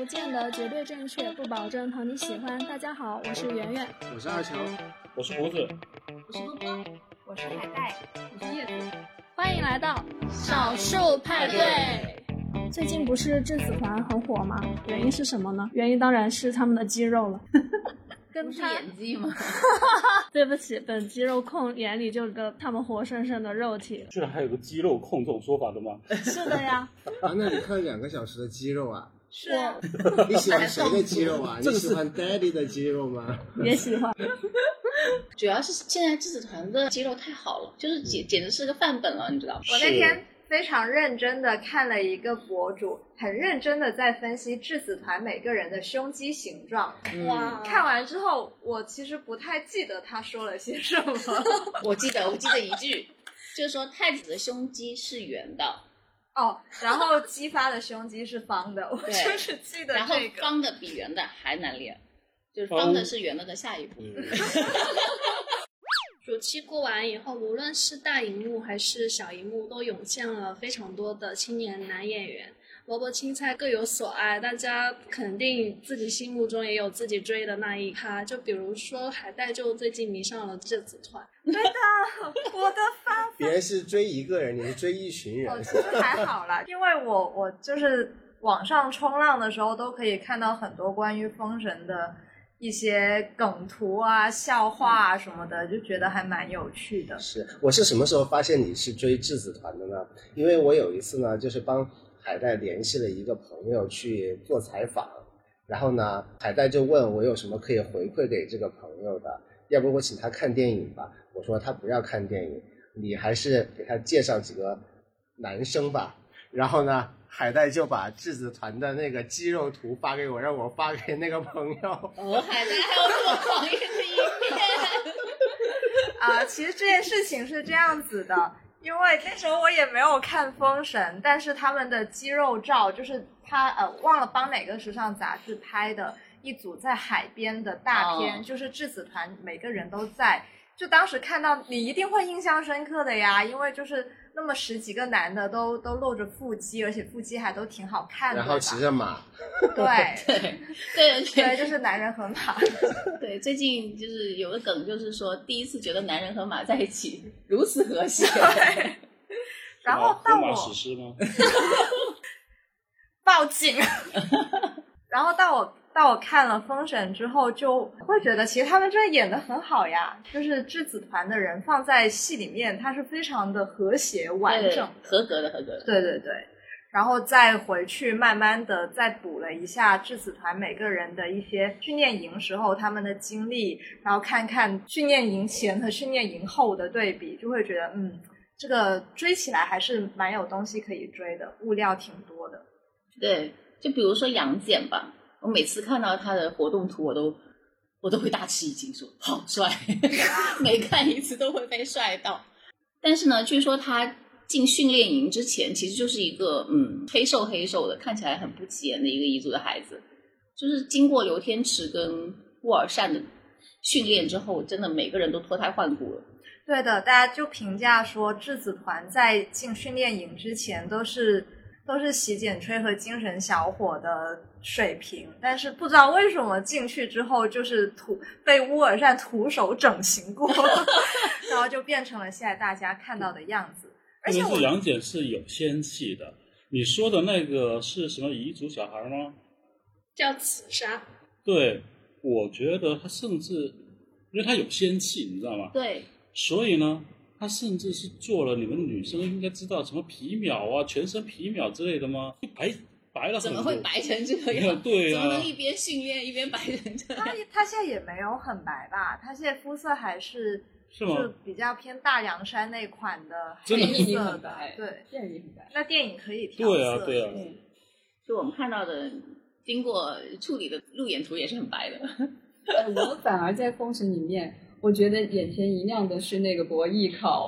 不见得绝对正确，不保证讨你喜欢。大家好，我是圆圆， 我是二乔， 我是胡子， 我是多多， 我是海带， 我是叶子。 欢迎来到少数派对。最近不是质子团很火吗？原因是什么呢？原因当然是他们的肌肉了。 跟不是演技吗？ 对不起，本肌肉控眼里就个他们活生生的肉体。 居然还有个肌肉控这种说法的吗？ 是的呀。 啊，那你看2个小时的肌肉啊？ 是啊。 你喜欢谁的肌肉啊？你喜欢 Daddy 的肌肉吗？ 也喜欢。 主要是现在质子团的肌肉太好了，就是简直是个范本了，你知道吗？ 我那天非常认真的看了一个博主，很认真的在分析质子团每个人的胸肌形状。哇！看完之后，我其实不太记得他说了些什么。 我记得一句，就是说太子的胸肌是圆的。 哦，然后姬发的胸肌是方的，我就是记得这个。 然后方的比圆的还难练，就是方的是圆的的下一步。 暑期过完以后，无论是大荧幕还是小荧幕，都涌现了非常多的青年男演员，萝卜青菜各有所爱，大家肯定自己心目中也有自己追的那一咖。就比如说海带就最近迷上了质子团。 对的，我的发别人是追一个人，你是追一群人。 其实还好啦，因为我就是网上冲浪的时候都可以看到很多关于封神的一些梗图啊、笑话啊什么的，就觉得还蛮有趣的。 是，我是什么时候发现你是追质子团的呢？因为我有一次呢，就是帮海带联系了一个朋友去做采访，然后呢，海带就问我有什么可以回馈给这个朋友的，要不我请他看电影吧。我说他不要看电影，你还是给他介绍几个男生吧。然后呢，海带就把质子团的那个肌肉图发给我，让我发给那个朋友。 海带还有这么狂野的一面啊！其实这件事情是这样子的，因为那时候我也没有看封神，但是他们的肌肉照就是他忘了帮哪个时尚杂志拍的一组在海边的大片，就是质子团每个人都在。就当时看到你一定会印象深刻的呀，因为就是那么10几个男的都露着腹肌，而且腹肌还都挺好看的， 然后骑着马。 对，就是男人和马。 对，最近就是有个梗，就是说第一次觉得男人和马在一起如此和谐。 对。然后到我史诗吗？ 报警。然后到我看了封神之后，就会觉得其实他们真的演得很好呀，就是质子团的人放在戏里面，他是非常的和谐完整， 合格的。 对对对。然后再回去慢慢的再补了一下质子团每个人的一些训练营时候他们的经历，然后看看训练营前和训练营后的对比，就会觉得这个追起来还是蛮有东西可以追的，物料挺多的。 对，就比如说杨戬吧，我每次看到他的活动图我都会大吃一惊，说好帅。每看一次都会被帅到。但是呢，据说他进训练营之前其实就是一个黑瘦的，看起来很不起眼的一个彝族的孩子，就是经过刘天池跟沃尔善的训练之后，真的每个人都脱胎换骨了。对的，大家就评价说质子团在进训练营之前都是洗剪吹和精神小伙的水平，但是不知道为什么进去之后就是被乌尔善徒手整形过。然后就变成了现在大家看到的样子。而且是杨戬是有仙气的，你说的那个是什么彝族小孩吗？ 叫刺杀。 对，我觉得他甚至因为他有仙气，你知道吗？ 对， 所以呢他甚至是做了你们女生应该知道什么皮秒啊、全身皮秒之类的吗？白了很多。 怎么会白成这个样？ 对啊， 怎么能一边训练一边白成这样？ 他现在也没有很白吧，他现在肤色还是就比较偏大凉山那款的黑色的。对， 电影很白。 那电影可以调色。 对啊。 就我们看到的经过处理的路演图也是很白的。 我反而在封神里面我觉得眼前一亮的是那个博弈考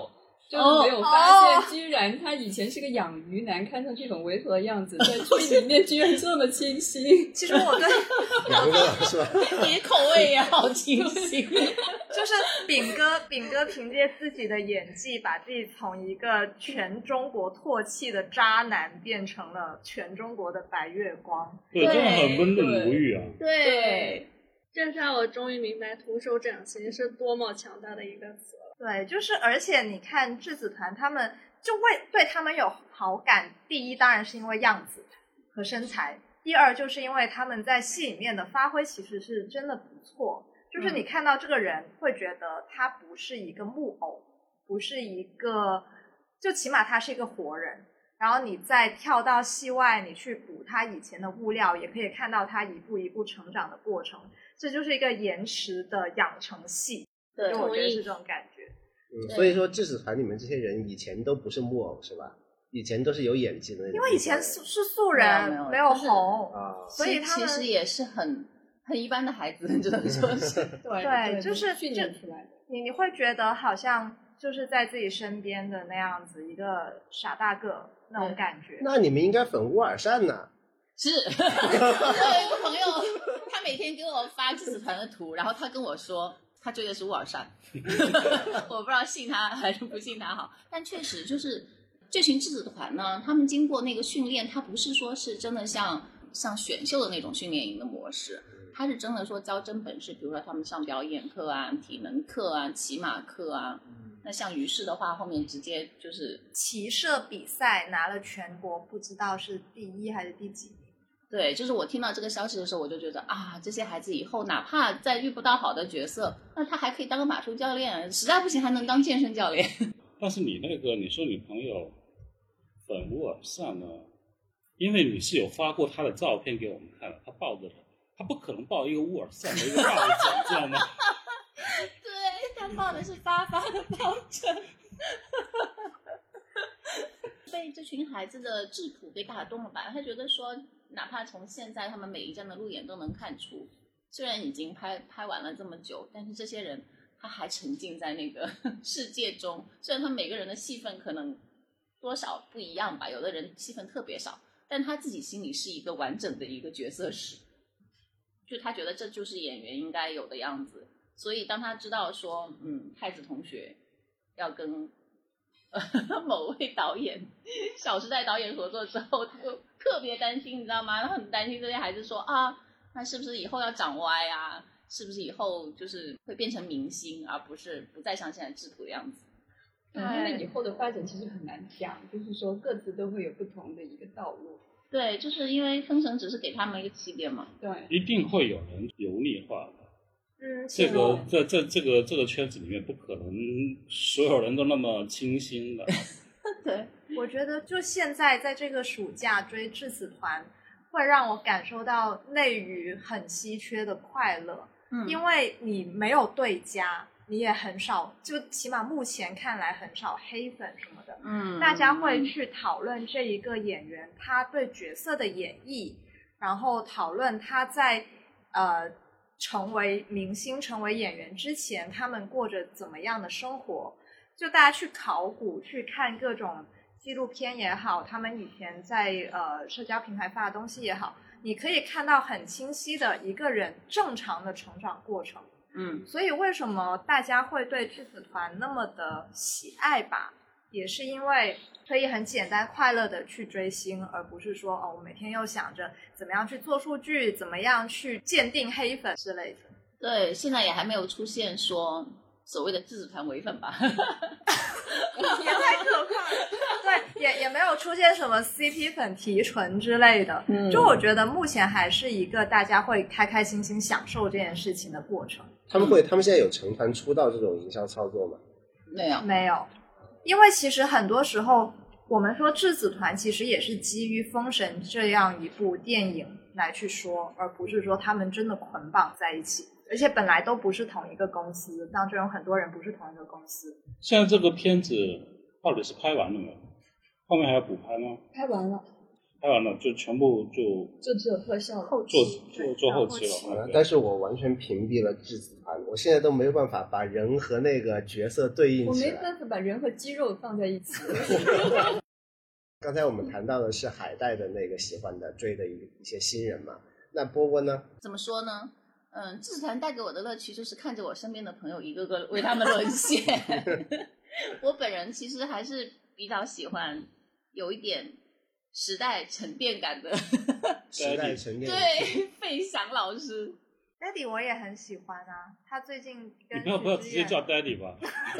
就是没有发现，居然他以前是个养鱼男，看上去很猥琐的样子，在剧里面居然这么清新。 其实我对杨乐是吧？ 你口味也好清新。 就是炳哥凭借自己的演技，把自己从一个全中国唾弃的渣男变成了全中国的白月光。 对，真的很温润无欲啊。 对， 这下我终于明白徒手掌心是多么强大的一个词了。 对，就是而且你看质子团他们就对他们有好感，第一当然是因为样子和身材，第二就是因为他们在戏里面的发挥其实是真的不错，就是你看到这个人会觉得他不是一个木偶，不是一个，就起码他是一个活人，然后你再跳到戏外，你去补他以前的物料，也可以看到他一步一步成长的过程，这就是一个延迟的养成戏。 对， 就我觉得是这种感觉。 所以说质子团里面这些人以前都不是木偶是吧？以前都是有演技的那种。 因为以前是素人，没有红啊， 所以他们其实也是很一般的孩子，只能说是对，就是训练出来的。 你会觉得好像就是在自己身边的那样子一个傻大个那种感觉。 那你们应该粉乌尔善呢？ 是，我有一个朋友，他每天给我发质子团的图，然后他跟我说他追的是乌尔善，我不知道信他还是不信他好，但确实就是这群质子团呢，他们经过那个训练，他不是说是真的像选秀的那种训练营的模式，他是真的说教真本事，比如说他们上表演课啊、体能课啊、骑马课啊。那像于是的话，后面直接就是骑射比赛拿了全国，不知道是第1还是第几名。 对，就是我听到这个消息的时候，我就觉得啊，这些孩子以后哪怕再遇不到好的角色，那他还可以当个马术教练，实在不行还能当健身教练。 但是你说你朋友粉乌尔善呢，因为你是有发过他的照片给我们看的，他抱着他不可能抱一个乌尔善的一个抱枕，知道吗？ 对，他抱的是发的抱枕。被这群孩子的质朴给打动了吧？他觉得说，哪怕从现在他们每一站的路演都能看出，虽然已经拍完了这么久，但是这些人他还沉浸在那个世界中。虽然他每个人的戏份可能多少不一样吧，有的人戏份特别少，但他自己心里是一个完整的一个角色史，就他觉得这就是演员应该有的样子。所以当他知道说，太子同学要跟某位导演《小时代》导演合作之后，他就特别担心，你知道吗？他很担心这些孩子说啊，那是不是以后要长歪啊？是不是以后就是会变成明星，而不再像现在质朴的样子？ 他们以后的发展其实很难讲，就是说各自都会有不同的一个道路。 对，就是因为封神只是给他们一个起点嘛。 对， 一定会有人油腻化的。 这个圈子里面不可能所有人都那么清新的。 对， 我觉得就现在在这个暑假追质子团，会让我感受到内娱很稀缺的快乐。因为你没有对家，你也很少，就起码目前看来很少黑粉什么的。大家会去讨论这一个演员他对角色的演绎，然后讨论他在成为明星成为演员之前他们过着怎么样的生活，就大家去考古去看各种纪录片也好，他们以前在社交平台发的东西也好，你可以看到很清晰的一个人正常的成长过程。所以为什么大家会对质子团那么的喜爱吧，也是因为可以很简单快乐的去追星，而不是说我每天又想着怎么样去做数据，怎么样去鉴定黑粉之类的。 对，现在也还没有出现说所谓的质子团唯粉吧。也太可怕了。对，也没有出现什么 CP 粉提纯之类的。就我觉得目前还是一个大家会开开心心享受这件事情的过程。 他们现在有成团出道这种营销操作吗？ 没有，因为其实很多时候我们说质子团其实也是基于《封神》这样一部电影来去说，而不是说他们真的捆绑在一起，而且本来都不是同一个公司，当中有很多人不是同一个公司。 现在这个片子到底是拍完了没有？后面还要补拍吗？ 拍完了。 拍完了就全部就只有特效了。 做后期了。 但是我完全屏蔽了质子团，我现在都没有办法把人和那个角色对应起来。 我没办法把人和肌肉放在一起。 刚才我们谈到的是海带的那个喜欢的追的一些新人嘛，那波波呢？ 怎么说呢？质子团带给我的乐趣就是看着我身边的朋友一个个为他们沦陷。我本人其实还是比较喜欢有一点时代沉淀感的时代沉淀。 对，费翔老师。 Daddy 我也很喜欢啊，他最近跟你不要直接叫 Daddy 吧。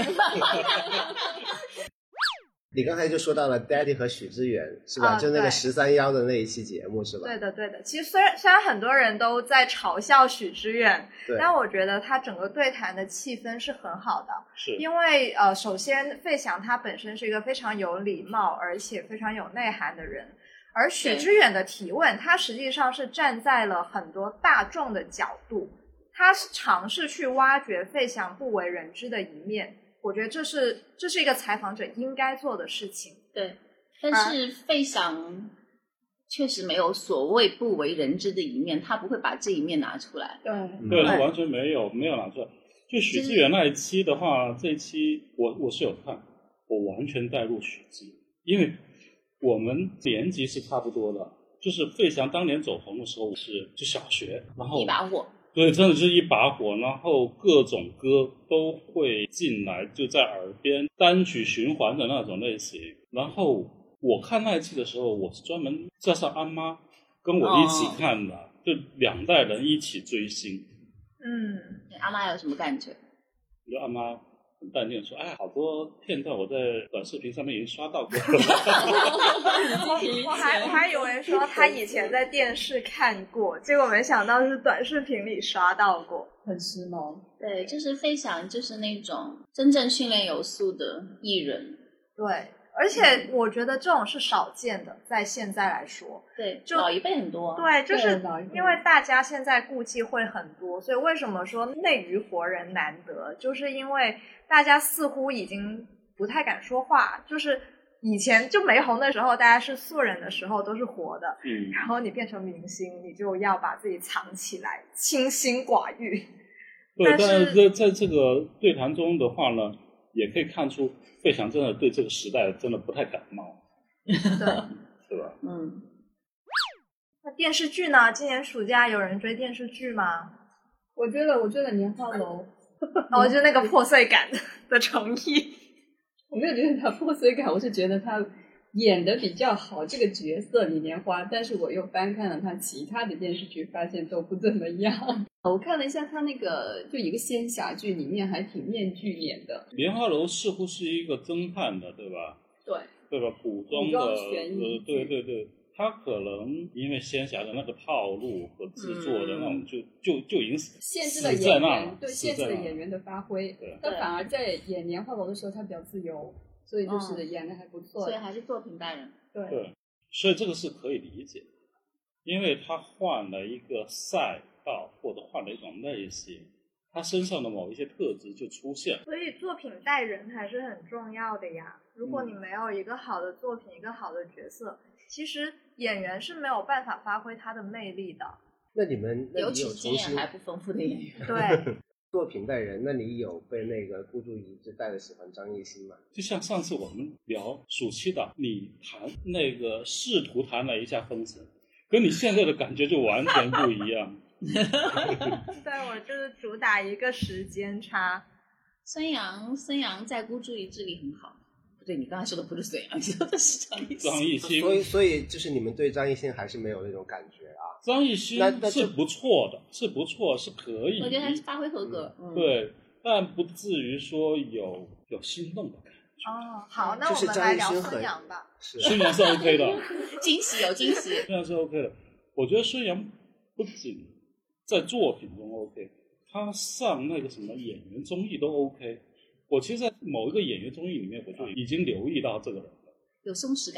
你刚才就说到了 Daddy 和许知远是吧？就那个13-1的那一期节目是吧？ 对的对的。其实虽然很多人都在嘲笑许知远，但我觉得他整个对谈的气氛是很好的。 是因为首先费翔他本身是一个非常有礼貌而且非常有内涵的人，而许知远的提问他实际上是站在了很多大众的角度，他尝试去挖掘费翔不为人知的一面。我觉得这是一个采访者应该做的事情。 对，但是费翔确实没有所谓不为人知的一面，他不会把这一面拿出来。 对，他完全没有拿出来。就许知远那一期的话，这一期我是有看，我完全带入许知，因为我们年级是差不多的。就是费翔当年走红的时候就小学，然后一把火。 对，真的就是一把火，然后各种歌都会进来，就在耳边单曲循环的那种类型。然后我看那一期的时候，我是专门叫上阿妈跟我一起看的，就2代人一起追星。 阿妈有什么感觉？ 就阿妈很淡定说：“哎，好多片段我在短视频上面已经刷到过了。” 我还以为说他以前在电视看过，结果没想到是短视频里刷到过， 很时髦。 对，就是费翔就是那种真正训练有素的艺人。 对，而且我觉得这种是少见的，在现在来说。 对， 就老一辈很多。 对，就是因为大家现在顾忌会很多，所以为什么说内娱活人难得，就是因为大家似乎已经不太敢说话，就是以前就没红的时候，大家是素人的时候都是活的，然后你变成明星，你就要把自己藏起来，清心寡欲。 对，但是在这个对谈中的话呢，也可以看出费翔真的对这个时代真的不太感冒。 对， 对吧？ 那电视剧呢？今年暑假有人追电视剧吗？ 我追了年画楼。 就那个破碎感的诚意。 我没有觉得他破碎感，我是觉得他演的比较好这个角色李莲花，但是我又翻看了他其他的电视剧，发现都不怎么样。我看了一下他那个就一个仙侠剧，里面还挺面具脸的。 莲花楼似乎是一个侦探的，对吧？对吧？古装的悬疑对，他可能因为仙侠的那个套路和制作的那种就已经限制了演员，对，限制了演员的发挥。他反而在演莲花楼的时候，他比较自由，所以就是演的还不错。 所以还是作品带人。 对，所以这个是可以理解，因为他换了一个赛道或者换了一种类型，他身上的某一些特质就出现了。 所以作品带人还是很重要的呀。如果你没有一个好的作品，一个好的角色，其实演员是没有办法发挥他的魅力的。 那你们尤其是经验还不丰富的演员。 对， 作品带人，那你有被那个孤注一掷带的喜欢张艺兴吗？ 就像上次我们聊暑期档，你谈那个试图谈了一下封神，跟你现在的感觉就完全不一样。 对，我就是主打一个时间差。 孙杨在孤注一掷里很好。不对，你刚才说的不是孙杨，你说的是张艺兴。 所以就是你们对张艺兴还是没有那种感觉啊？ 张艺兴是不错的，是不错，是可以。 我觉得他发挥合格。 对，但不至于说有心动的感觉。 好，那我们来聊孙杨吧。 孙杨是 OK 的， 惊喜有惊喜。 孙杨是 OK 的，我觉得孙杨不仅在作品中 OK， 他上那个什么演员综艺都 OK。我其实，在某一个演员综艺里面，我就已经留意到这个人了。 有松弛感。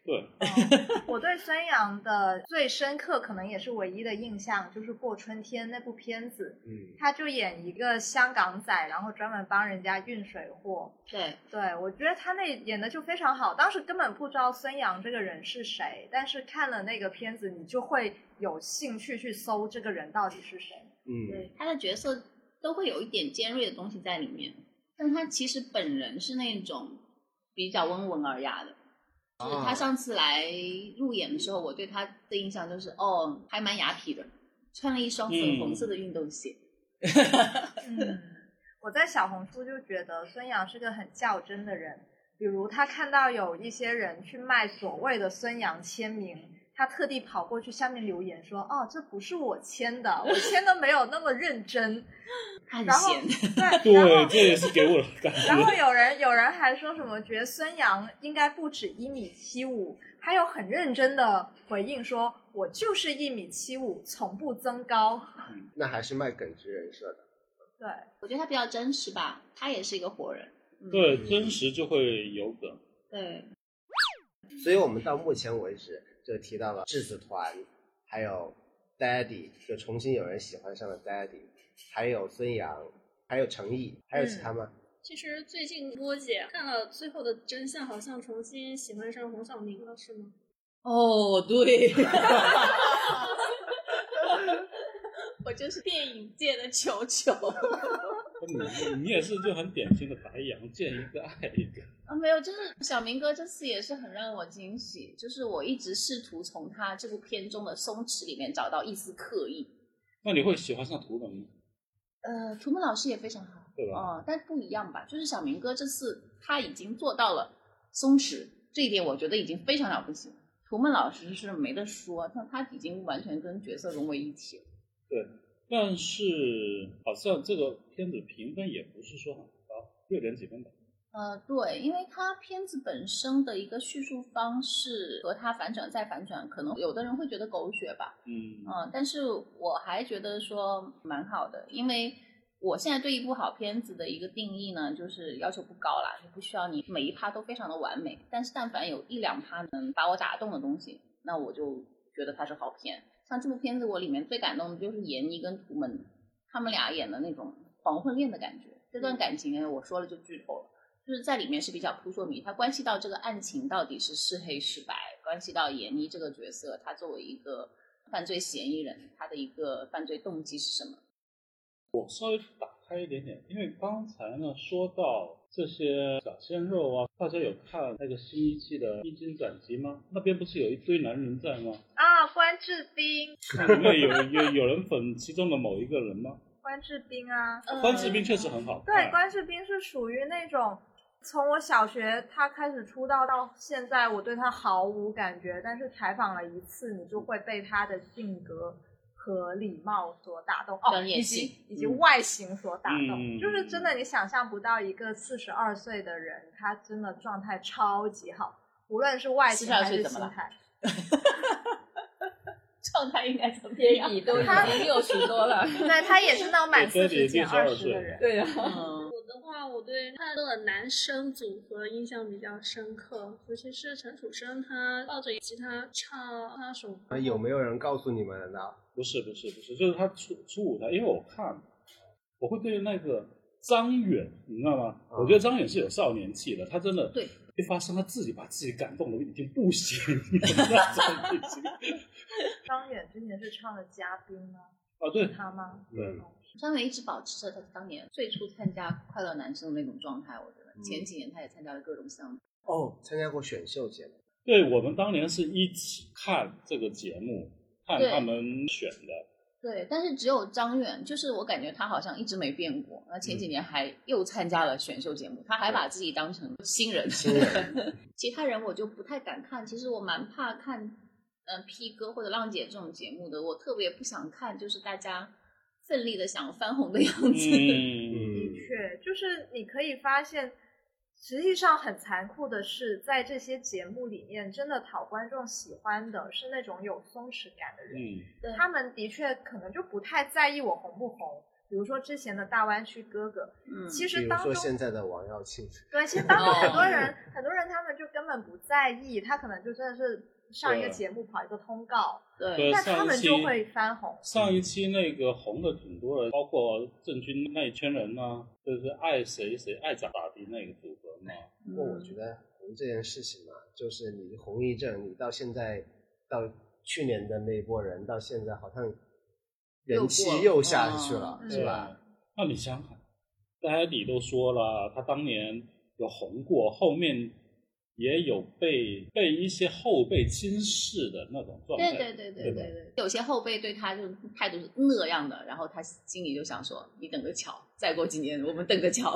对， 我对孙杨的最深刻，可能也是唯一的印象，就是《过春天》那部片子。他就演一个香港仔，然后专门帮人家运水货。对，我觉得他那演的就非常好。当时根本不知道孙杨这个人是谁，但是看了那个片子，你就会有兴趣去搜这个人到底是谁。 对，他的角色都会有一点尖锐的东西在里面，但他其实本人是那种比较温文尔雅的。就是他上次来路演的时候，我对他的印象就是还蛮雅痞的，穿了一双粉红色的运动鞋。 我在小红书就觉得孙杨是个很较真的人，比如他看到有一些人去卖所谓的孙杨签名，他特地跑过去下面留言说这不是我签的，我签的没有那么认真。 很然后闲。 对，这也是给我的感觉。 然后有人还说什么觉得孙杨应该不止1.75米，还有很认真的回应说我就是1.75米，从不增高。 那还是卖耿直人设的。 对， 我觉得他比较真实吧，他也是一个活人。 对，真实就会有梗。 对， 所以我们到目前为止就提到了质子团，还有 Daddy， 就重新有人喜欢上了 Daddy， 还有孙杨，还有程毅，还有其他吗？ 其实最近波姐看了最后的真相，好像重新喜欢上洪晓明了，是吗？ 对。我就是电影界的球球。 你也是就很典型的白羊，见一个爱一个。 没有，就是小明哥这次也是很让我惊喜，就是我一直试图从他这部片中的松弛里面找到一丝刻意。 那你会喜欢上图门吗？ 图门老师也非常好， 对吧？ 但不一样吧，就是小明哥这次他已经做到了松弛，这一点我觉得已经非常了不起了。图门老师是没得说，他已经完全跟角色融为一体了。 对，但是好像这个片子评分也不是说很高，6点几分吧。 对，因为它片子本身的一个叙述方式和它反转再反转，可能有的人会觉得狗血吧。但是我还觉得说蛮好的，因为我现在对一部好片子的一个定义呢，就是要求不高啦，就不需要你每一趴都非常的完美，但是但凡有1、2趴能把我打动的东西，那我就觉得它是好片。像这部片子我里面最感动的就是闫妮跟图门他们俩演的那种黄昏恋的感觉，这段感情我说了就剧透了，就是在里面是比较扑朔迷，它关系到这个案情到底是黑是白，关系到闫妮这个角色，她作为一个犯罪嫌疑人，她的一个犯罪动机是什么。 我稍微打开一点点，因为刚才呢说到这些小鲜肉啊，大家有看那个新一期的《一经转机》吗？那边不是有一堆男人在吗？ 关智斌， 那里面有人粉其中的某一个人吗？ 关智斌啊， 关智斌确实很好看。 对，关智斌是属于那种从我小学他开始出道到现在，我对他毫无感觉，但是采访了一次，你就会被他的性格和礼貌所打动，以及外形所打动，就是真的你想象不到一个42岁的人，他真的状态超级好，无论是外形还是心态。 状态应该怎么样？ 你都已经60多了， 对，他也是那种满40减20的人。 对呀。 我的话，我对他的男生组合印象比较深刻，尤其是陈楚生，他抱着吉他唱那首歌。 有没有人告诉你们的呢？ 不是，就是他出舞台，因为我会对那个张远，你知道吗？我觉得张远是有少年气的，他真的对一发声，他自己把自己感动的已经不行了那种类型。 张远之前是唱的嘉宾吗？ 对， 是他吗？ 对。 张远一直保持着他当年最初参加快乐男生的那种状态，我觉得前几年他也参加了各种项目。 参加过选秀节目。 对，我们当年是一起看这个节目，看他们选的。 对，但是只有张远，就是我感觉他好像一直没变过。那前几年还又参加了选秀节目，他还把自己当成新人。其他人我就不太敢看，其实我蛮怕看P 哥或者浪姐这种节目的，我特别不想看，就是大家奋力的想翻红的样子。 的确，就是你可以发现，实际上很残酷的是，在这些节目里面，真的讨观众喜欢的是那种有松弛感的人。他们的确可能就不太在意我红不红， 比如说之前的大湾区哥哥，其比如实当中说现在的王耀庆， 对，其实当中很多人他们就根本不在意，他可能就真的是上一个节目跑一个通告， 对， 那他们就会翻红。 上一期那个红的挺多人，包括郑钧那一圈人呢，就是爱谁谁爱咋咋地那个组合嘛。 不过我觉得红这件事情嘛，就是你红一阵，你到现在到去年的那一波人，到现在好像人气又下去了，是吧？ 那你想想，大家你都说了，他当年有红过，后面也有被一些后辈轻视的那种状态。 对，有些后辈对他就态度是那样的，然后他心里就想说：“你等着瞧，再过几年我们等着瞧。”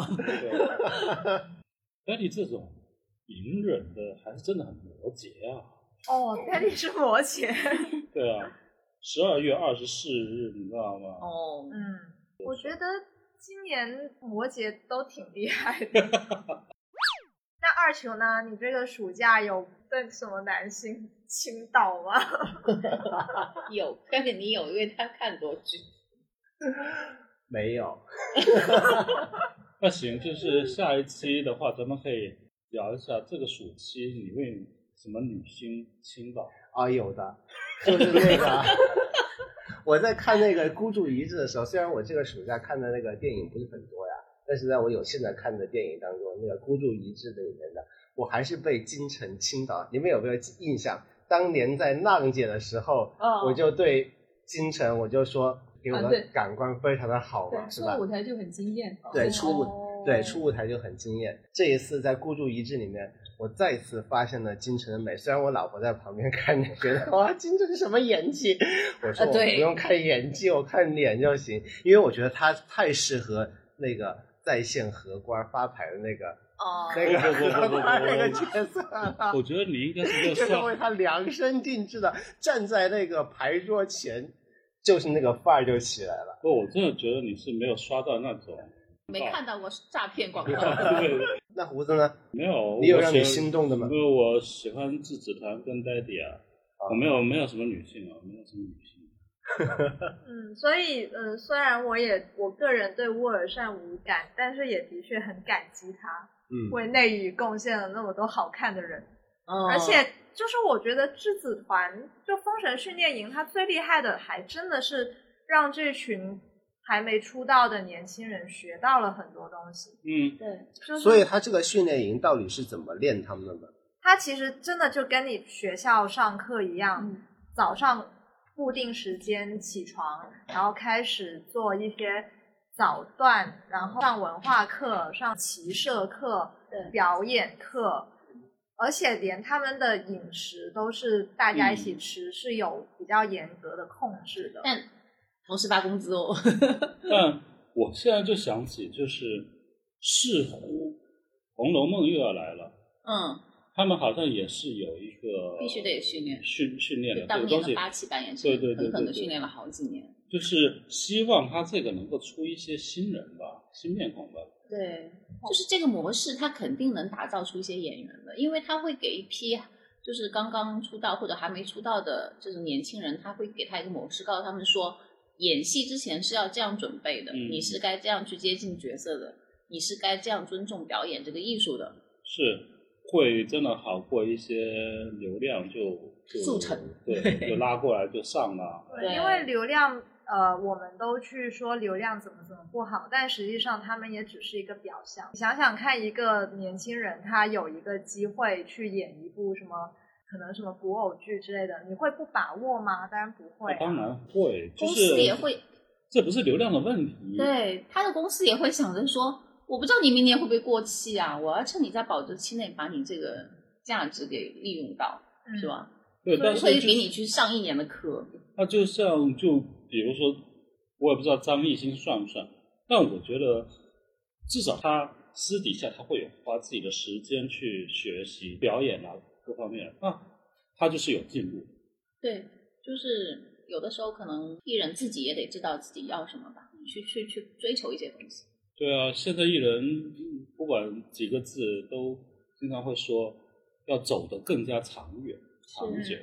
Daddy 这种隐忍的还是真的很摩羯啊。 哦 ，Daddy 是摩羯。 对啊，12月24日，你知道吗？ 哦， 我觉得今年摩羯都挺厉害的。那二球呢？你这个暑假有被什么男星倾倒吗？ 有，但是你有，因为他看多剧。 没有。 那行，就是下一期的话，咱们可以聊一下这个暑期你为什么女星倾倒啊？有的，就是那个我在看那个《孤注一掷》的时候，虽然我这个暑假看的那个电影不是很多呀，但是在我有限的看的电影当中，那个《孤注一掷》的里面的，我还是被金晨倾倒。你们有没有印象？当年在浪姐的时候，我就对金晨我就说，给我的感官非常的好嘛，是吧？ 初舞台就很惊艳。 对，初舞台就很惊艳。这一次在《孤注一掷》里面，我再次发现了金晨的美。虽然我老婆在旁边看着觉得哇，金晨什么演技？我说我不用看演技，我看脸就行，因为我觉得她太适合那个在线荷官发牌的那个那个角色了。 我觉得你应该是就是为他量身定制的，站在那个牌桌前，就是那个范儿就起来了。 不，我真的觉得你是没有刷到那种。 没看到过诈骗广告。 那胡子呢？ 没有， 你有让你心动的吗？ 因为我喜欢质子团跟 Daddy 啊，我没有什么女性啊，没有什么女性。 所以虽然我个人对乌尔善无感，但是也的确很感激他，为内娱贡献了那么多好看的人。而且就是我觉得质子团就封神训练营，他最厉害的还真的是让这群还没出道的年轻人学到了很多东西。 对。 所以他这个训练营到底是怎么练他们的呢？ 他其实真的就跟你学校上课一样，早上固定时间起床，然后开始做一些早段，然后上文化课、上骑射课、表演课，而且连他们的饮食都是大家一起吃，是有比较严格的控制的。 但同时发工资哦。 但我现在就想起，就是似乎《红楼梦》又要来了。他们好像也是有一个必须得训练的当年的87版也是狠狠的训练了好几年。 就是希望他这个能够出一些新人吧，新面孔吧。 对，就是这个模式他肯定能打造出一些演员的，因为他会给一批就是刚刚出道或者还没出道的这种年轻人，他会给他一个模式，告诉他们说演戏之前是要这样准备的，你是该这样去接近角色的，你是该这样尊重表演这个艺术的。 是会真的好过一些流量就速成， 对，就拉过来就上了。 对，因为流量我们都去说流量怎么不好，但实际上他们也只是一个表象。你想想看，一个年轻人他有一个机会去演一部什么可能什么古偶剧之类的，你会不把握吗？当然不会当然会， 公司也会， 这不是流量的问题。 对，他的公司也会想着说，我不知道你明年会不会过气啊，我要趁你在保质期内把你这个价值给利用到，是吧？ 对，但是会给你去上1年的课。 那就像就比如说，我也不知道张艺兴算不算，但我觉得至少他私底下他会有花自己的时间去学习表演啊各方面啊，他就是有进步。 对，就是有的时候可能艺人自己也得知道自己要什么吧，去追求一些东西。 对啊，现在艺人不管几个字都经常会说要走得更加长远长久。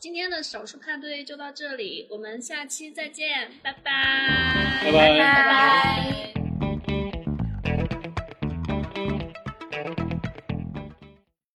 今天的手术派对就到这里，我们下期再见，拜拜， 拜拜拜拜。